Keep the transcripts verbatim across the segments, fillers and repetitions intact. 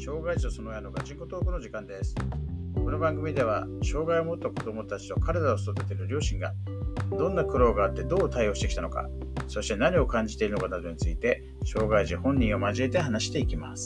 障害児とその親のガチンコトークの時間です。この番組では障害を持った子どもたちと彼らを育てる両親がどんな苦労があってどう対応してきたのか、そして何を感じているのかなどについて障害児本人を交えて話していきます。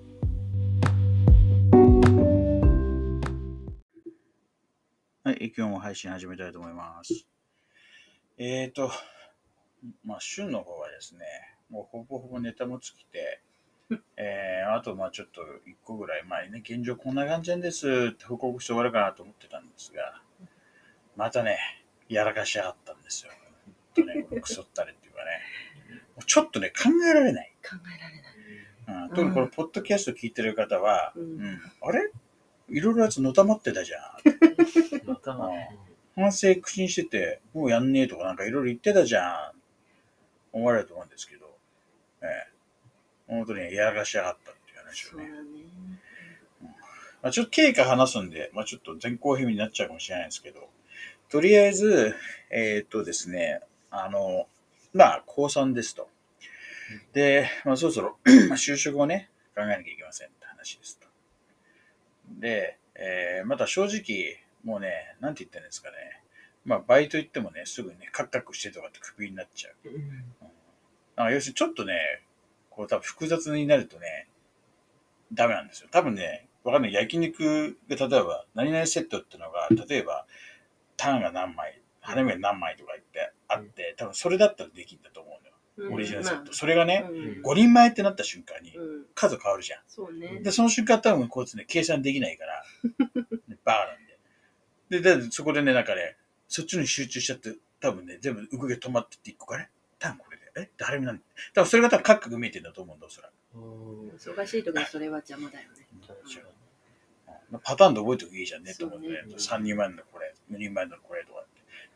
はい、今日も配信始めたいと思います。えーと、まあ旬の方はですね、もうほぼほぼネタも尽きて、えー、あとまあちょっといっこぐらい前にね、現状こんな感じなんですって報告して終わるかなと思ってたんですが、またね、やらかしやがったんですよ。ほんとね、クソったれっていうかね、もうちょっとね、考えられない。 考えられない。 うん、特にこのポッドキャスト聞いてる方は、 うんうん、あれいろいろやつのたまってたじゃん。 のたまうん反省口にしてて、もうやんねえとかなんかいろいろ言ってたじゃん。思われると思うんですけど、ええ、本当にやらかしやがったっていう話をね。 そうだね。 まあ、ちょっと経過話すんで、まあ、ちょっと前後編になっちゃうかもしれないですけど、とりあえず、えー、っとですね、あの、まあ、高さんですと。で、まあ、そろそろ就職をね、考えなきゃいけませんって話ですと。で、えー、また正直、もうね、なんて言ったんですかね。まあ、バイト行ってもね、すぐね、カクカクしてとかってクビになっちゃう。 うんうん、なんか要するにちょっとね、こう多分複雑になるとね、ダメなんですよ。多分ね、わかんない。焼肉で例えば、何々セットってのが、例えば、タンが何枚、花見が何枚とか言ってあって、多分それだったらできるんだと思うのよ。 うんオリジナルセット。 まあそれがね、 うんごにんまえってなった瞬間に、 うん数変わるじゃん。 そうね。 で、その瞬間多分こいつね、計算できないから、ね、バカなんで。で、で、そこでね、なんかね、そっちに集中しちゃって、多分ね、全部動きが止まってっていっこかね。多分これで、え誰もなん多分それが多分カクカク見えてるんだと思うんだ、おそらく。 忙しい時にそれは邪魔だよね。 パターンで覚えておくいいじゃんね、と思うんでね。さんにんまえのこれ、よにんまえのこれとかって。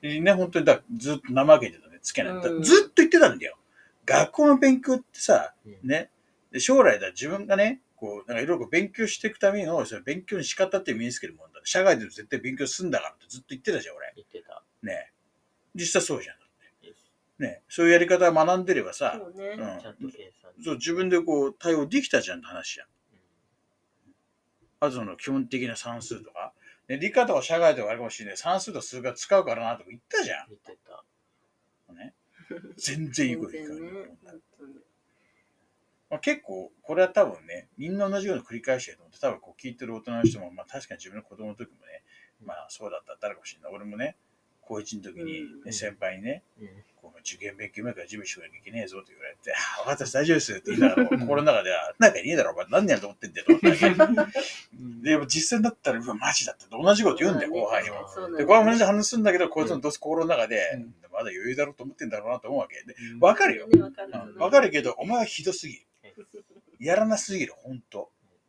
でね、本当にだずっと怠けてたね、つけない。 うんずっと言ってたんだよ。学校の勉強ってさ、ね、で将来だ自分がね、こう、なんかいろいろ勉強していくための、その勉強の仕方って身につけるもんだ。社外で絶対勉強すんだからってずっと言ってたじゃん、俺。 言ってた。 ね。実際そうじゃん。ね。そういうやり方を学んでればさ、 そうね。 うんちゃんと計算。 そう自分でこう対応できたじゃんって話じゃん。あとその基本的な算数とか、ね、理科とか社会とかあるかもしれない。算数と数学使うからなとか言ったじゃん。 言ってた。 ね、全然いいこと言うからね。 全然ね本当にまあ、結構これは多分ね、みんな同じような繰り返しだと思って、多分こう聞いてる大人の人も、まあ確かに自分の子供の時もね、まあそうだったってあるかもしれない。俺もね、高一の時に、ねうん先輩にね、 うん。 こう受験勉強前から準備しなきゃいけねえぞって言われて、ああ、分かった大丈夫ですって言いながら、心の中では、なんかいねえだろ、お前何年やると思ってんだよと思ったわけ。でも実際になったら、うわ、マジだって同じこと言うんだよ、後輩にも。で、 そうなんだよこれは同じ話するんだけど、こいつのどうせ心の中で、 うんまだ余裕だろうと思ってんだろうなと思うわけで、 うんわかるよ。 ねわかるうんわかるけど、お前はひどすぎる。やらなすぎる、ほんと。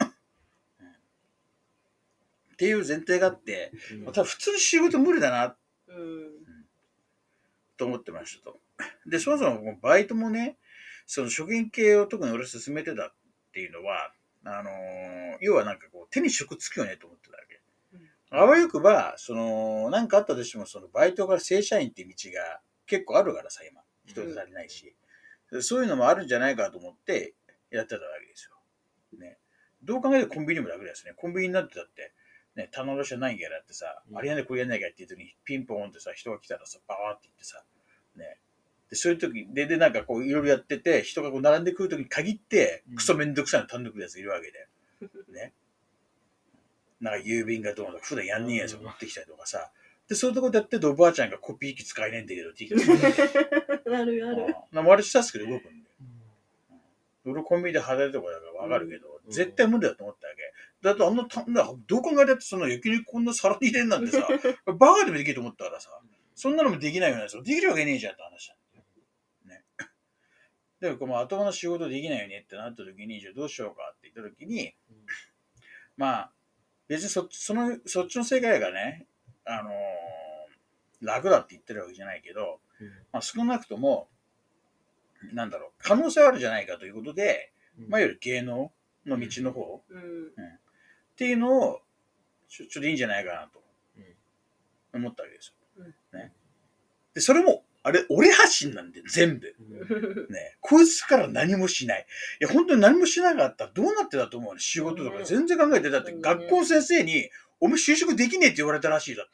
っていう前提があって、 うん多分普通に仕事無理だなうんと思ってましたと。で、そもそもバイトもね、その職員系を特に俺進めてたっていうのは、あのー要はなんかこう手に職つくよねと思ってたわけ。あわよくば、その、なんかあったとしても、そのバイトから正社員って道が結構あるからさ、今。人手足りないし。そういうのもあるんじゃないかと思ってやってたわけですよ。ね。どう考えてもコンビニも楽ですね。コンビニになってだって、ね、棚卸しはないんやらってさ、 うんあれやねこれやんないかっていう時にピンポンってさ、人が来たらさ、バーって言ってさ、ね。で、そういう時で、で、なんかこういろいろやってて、人がこう並んでくる時に限って、クソめんどくさいの頼んでくるやついるわけで。ね。なんか郵便がどうのとか、普段やんねえやつを持ってきたりとかさ。で、そういうとこでやってるとおばあちゃんがコピー機使えねえんだけどって言ってた。 あるある。 うん。マルチタスクで動くんだよ。俺コンビニで働いてるとこだからわかるけど、 うん絶対無理だと思ったわけ。だってあんな、たんなどう考えたってその焼肉こんな皿に入れんなんてさ、バカでもできると思ったからさ、そんなのもできないようなやつできるわけねえじゃんって話なんだよ。ね。でもこの頭の仕事できないよねってなった時に、じゃあどうしようかって言った時に、まあ、別にそそのそっちの世界がね、あのー楽だって言ってるわけじゃないけど、まあ、少なくとも、なんだろう、可能性はあるじゃないかということで、まあ、いわゆる芸能の道の方、 うんっていうのをちょ、ちょっといいんじゃないかなと思ったわけですよ。ね、で、それも、あれ、俺発信なんで、全部。 うね、こいつから何もしない。いや、本当に何もしなかったらどうなってたと思うの？仕事とか全然考えて、だって学校の先生に、お前就職できねえって言われたらしいだって。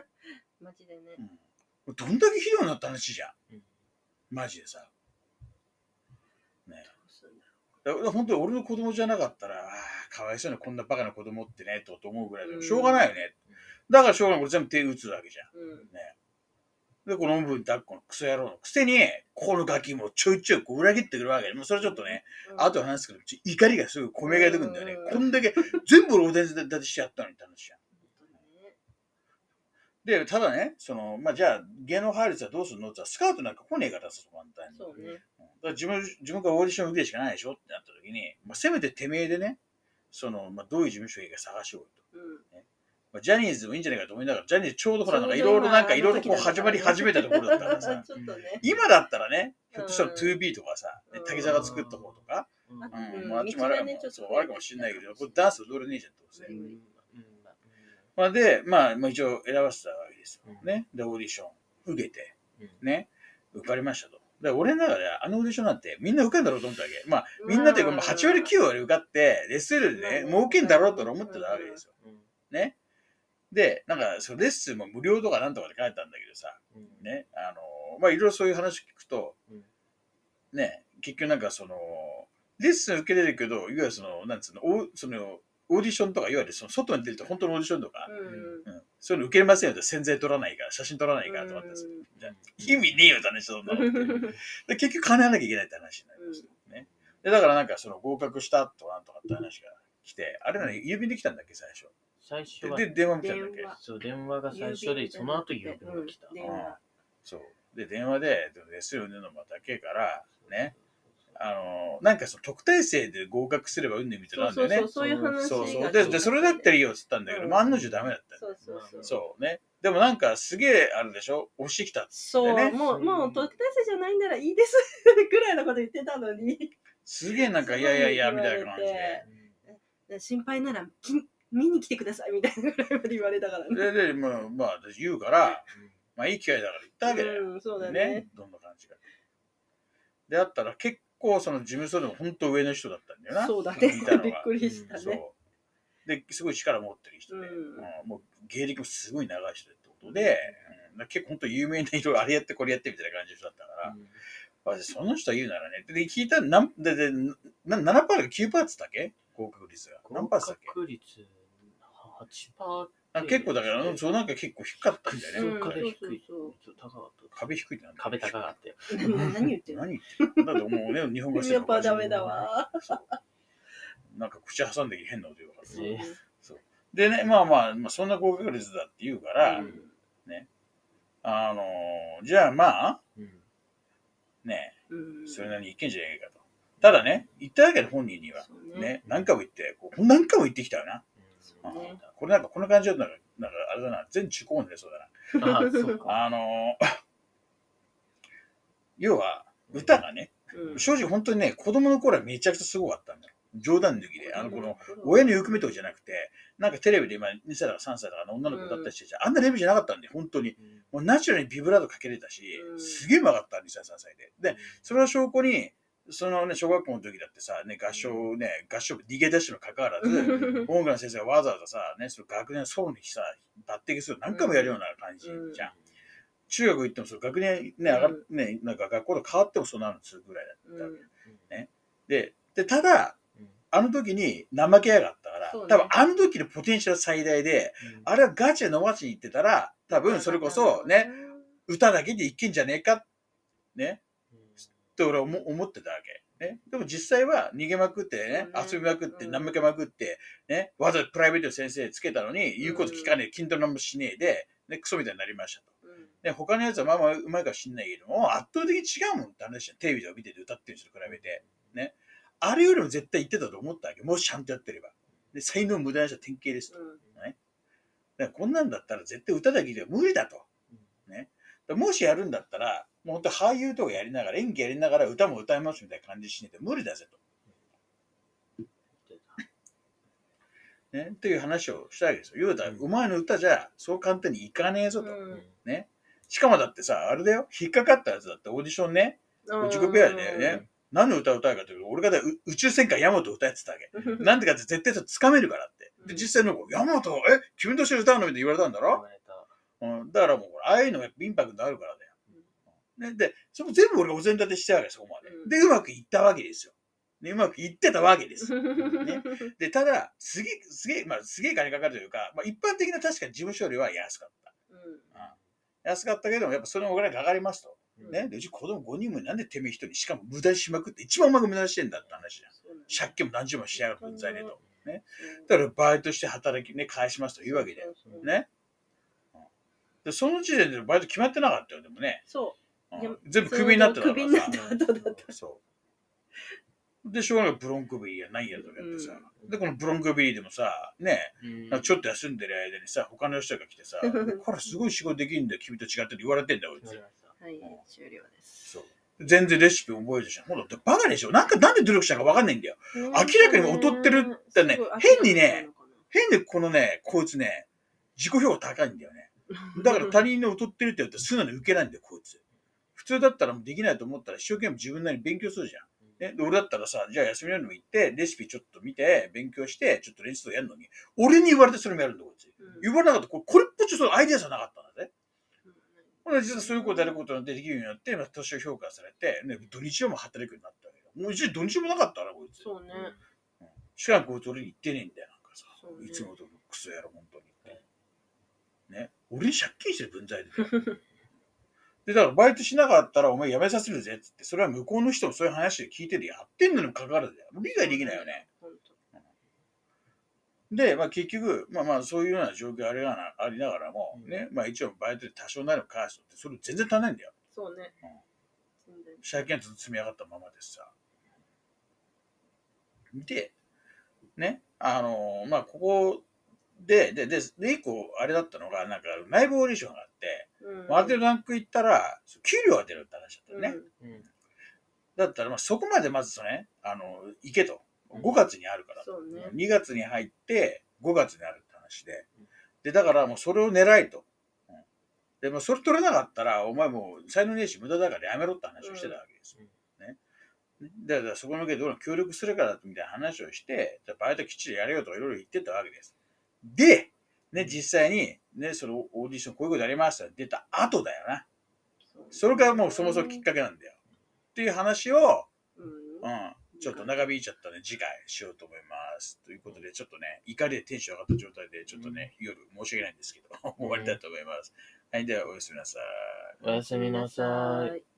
マジでね。 うん、どんだけひどいなった話じゃん。マジでさ。ね。だから本当に俺の子供じゃなかったら、ああ、かわいそうにこんなバカな子供ってね、と思うぐらいでもしょうがないよね。だからしょうがない。俺全部手打つわけじゃん。うん、ね。で、このおんぶに抱っこのクソ野郎のくせに、ここのガキもちょいちょいこう裏切ってくるわけで、もうそれちょっとね、うん、後で話すけど、怒りがすぐ込み上げてくるんだよね。うん、こんだけ全部俺お手伝いしちゃったのにって話じゃん。で、ただね、その、まあ、じゃあ、芸能配列はどうするのって言ったら、スカウトなんか来ねえからさ、簡単に。そうね。だから自分、自分からオーディション受けるしかないでしょってなった時に、まあ、せめててめえでね、その、まあ、どういう事務所がいいか探しようと。うんね、まあ、ジャニーズもいいんじゃないかと思いながら、ジャニーズちょうどほら、なんかいろいろなんかいろいろこう始まり始めたところだったからさ、ね、今だったらね、ひょっとしたら ツービー とかさ、ね、竹澤が作った方とか、うん、うん、まあ、あっちもあるかもしれないけど、これダンス踊れねえじゃん、どうせ。うんまあ、で、まあ、まあ、一応選ばせたわけですよ。ね。で、オーディション受けて、ね。受かりましたと。で、俺の中であのオーディションなんてみんな受かるんだろうと思ったわけ。まあ、みんなというか、はち割きゅう割受かって、レッスンでね、儲けんだろうと思ってたわけですよ。ね。で、なんか、そのレッスンも無料とかなんとかで書いてたんだけどさ、ね。あの、まあ、いろいろそういう話聞くと、ね、結局なんかその、レッスン受けれるけど、いわゆるその、なんつうの、おその、オーディションとか、いわゆるその外に出ると本当のオーディションとか、うんうん、そういうの受けれませんよって宣材取らないから、写真撮らないからとかって、じゃ意味ねえよって話、そんなので。結局金やらなきゃいけないって話になりました、ね。で、だからなんかその合格したとかなんとかって話が来て、あれなの郵便できたんだっけ、最初。 最初は。 で、電話来たんだっけ。 そう、電話が最初で、その後郵便が来た。 そう。で、電話で、ですよねのまだけから、ね。あの、なんかその特待生で合格すればうんねみたいなんだよね。そうそう、そういう話。 そうそう。で、でそれだったらいいよって言ったんだけど、案の定ダメだった。そうそうそう。そうね。でもなんかすげえあるでしょ押してきたってね。 そう、もう、もう特待生じゃないんならいいですぐらいのこと言ってたのに。 すげえなんか、いやいやいや、みたいな感じで。心配なら見に来てくださいみたいなぐらいまで言われたからね。で、で、まあ、まあ、私言うから、まあいい機会だから言ったわけだよ。 うん、そうだね。 どんな感じか。であったら結構、結構その事務所でも本当上の人だったんだよな。 そうだね。びっくりしたね。そう。 で、すごい力持ってる人で、うんうん、もう芸歴もすごい長い人ってことで、うん、結構本当有名な人、あれやってこれやってみたいな感じの人だったから、うん、その人は言うならね、で、聞いたら何、で、で、なななパーセントかきゅうパーセントだっけ合格率が。何パーセントだっけ合格率はちパーセント。 結構だから、そうなんか結構低かったんだよね。 壁低い。 壁低いってなんだ。 壁高かったよ。 何言ってるの？ 何言ってるだってもうね、日本語やっぱダメだわ。 なんか口挟んで変なこと言うから。そう。でね、まあまあ、まあ、そんな合格率だって言うから、ね。あの、じゃあまあ、ね、それなりにいけんじゃねえかと。ただね、言ったわけで本人には。ね、何回も言って、何回も言ってきたよな。ね、これなんかこんな感じだったら、なんかあれだな、全中高年でそうだな。あ, そうかあのー、要は歌がね、うん、正直本当にね、子供の頃はめちゃくちゃすごかったんだよ。冗談抜きで、あのこの親の欲目とかじゃなくて、なんかテレビで今にさいとかさんさいとかの女の子だったりして、うん、あんなレベルじゃなかったんで、本当に。もうナチュラルにビブラートかけれたし、うん、すげえうまかった、にさいさんさいで。で、それは証拠に、そのね、小学校の時だってさ、ね、合唱ね、合唱部逃げ出しのかかわらず、音楽の先生がわざわざさ、ね、その学年のソロにさ、抜擢する何回もやるような感じじゃん。うん、中学行ってもその学年ね、上がる、ね、なんか学校と変わってもそうなるぐらいだったわけ、うん、ね。で、で、ただ、あの時に怠けやがったから、ね、多分あの時のポテンシャル最大で、うん、あれはガチで伸ばしに行ってたら、多分それこそね、歌だけでいけんじゃねえか、ね。って俺は思ってたわけ。ね。でも実際は逃げまくってね、ね遊びまくって、怠けまくって、ね、わざわざプライベートの先生つけたのに、言うこと聞かねえ、筋トレなんもしねえで、ね、クソみたいになりましたと。で、他のやつはまあまあうまいかもしんないけども、圧倒的に違うもんって話じゃん。テレビで見てて歌ってる人と比べて。ね。あれよりも絶対言ってたと思ったわけ。もしちゃんとやってれば。で、才能無駄な人は典型ですと。ね。だからこんなんだったら絶対歌だけでは無理だと。ね。もしやるんだったら、もう本当俳優とかやりながら、演技やりながら歌も歌いますみたいな感じしねえと無理だぜと。ね、っていう話をしたわけですよ。要は、お前の歌じゃそう簡単にいかねえぞと。うん、ね。しかもだってさ、あれだよ、引っかかったやつだってオーディションね、 自己 ペアでね、何の歌を歌うかというと、俺が宇宙戦艦ヤマトを歌ってたわけ。なんでかって絶対つかめるからって。で、実際の子、ヤマト、え、君として歌うのみたい言われたんだろ、うん、だからもう、ああいうのがインパクトあるからだよ。ね、で、そこ全部俺がお膳立てしてたわけ、そこまで。で、うまくいったわけですよ。ね、うまくいってたわけです。ね、で、ただ、すげえ、すげえ、まあ、すげえ金かかるというか、まあ、一般的な確かに事務処理は安かった。うん、安かったけども、やっぱそのお金かかりますと。ね、でうち子供ごにんもなんでてめえ一人、しかも無駄にしまくって、一番うまく無駄にしてんだって話じゃん。借金も何十万しやがる分際でと。ね。だからバイトして働きね、返しますというわけで。ね。で、その時点でバイト決まってなかったよ、でもね。 そう。 うん、全部クビになってたからさ。 クビになった後だった。 そう。で、しょうがないブロンコビリーやないやとかやってさ。うん、で、このブロンコビリーでもさ、ね、うん、ちょっと休んでる間にさ、他の人が来てさ、これすごい仕事できるんだよ、君と違ってって言われてんだよ、こいつ。 はい、終了です。 そう。全然レシピ覚えるじゃん。ほんと、バカでしょ。なんか、なんで努力したかわかんないんだよ。明らかに劣ってるってね、変にね、変にこのね、こいつね、自己評価高いんだよね。だから他人の劣ってるって言うと素直に受けないんだよ、こいつ。普通だったらできないと思ったら一生懸命自分なりに勉強するじゃん。ね、で俺だったらさ、じゃあ休みの日も行って、レシピちょっと見て、勉強して、ちょっと練習とかやるのに、俺に言われてそれもやるんだ、こいつ。言われなかった。これっぽっちそのアイデアさなかったんだね。実はそういうことやることができるようになって、年を評価されて、ね、土日も働くようになったわけど。もう一時土日もなかったな、こいつ。 そうね。 うん、しかもこいつ俺に言ってねえんだよ、なんかさ。ね、いつもとクソやろ、本当に。ね。俺に借金してる分際で。で、だからバイトしなかったらお前辞めさせるぜっつって、それは向こうの人もそういう話で聞いててやってんのにもかかわらずだよ。理解できないよね。で、まあ結局、まあまあそういうような状況ありなありながらも、ね、まあ一応バイトで多少なりも返すって、それ全然足んないんだよ。 そうね。 うん、借金はずっと積み上がったままでさ。で、ね、あのー、まあここで、で、で、で、一個あれだったのが、なんか内部オーディションがあって、うん、ある程度ランクいったら、給料が出るって話だったよね。うん、だったら、まあそこまでまずそのね、あの、行けと。ごがつにあるから、うんね、にがつに入ってごがつにあるって話で、でだからもうそれを狙いと、うん、でもそれ取れなかったらお前もう才能ねえし無駄だからやめろって話をしてたわけですよ、うん、ね、だからそこのけどう協力するからみたいな話をして、バイトきっちりやれよとかいろいろ言ってたわけです。で、ね、実際にねそのオーディションこういうことやりましたって出た後だよな。それがもうそもそもきっかけなんだよっていう話を、うん。ちょっと長引いちゃったね、次回しようと思います。ということで、ちょっとね、怒りでテンション上がった状態で、ちょっとね、夜申し訳ないんですけど、終わりたいと思います。はい、ではおやすみなさい。 おやすみなさい。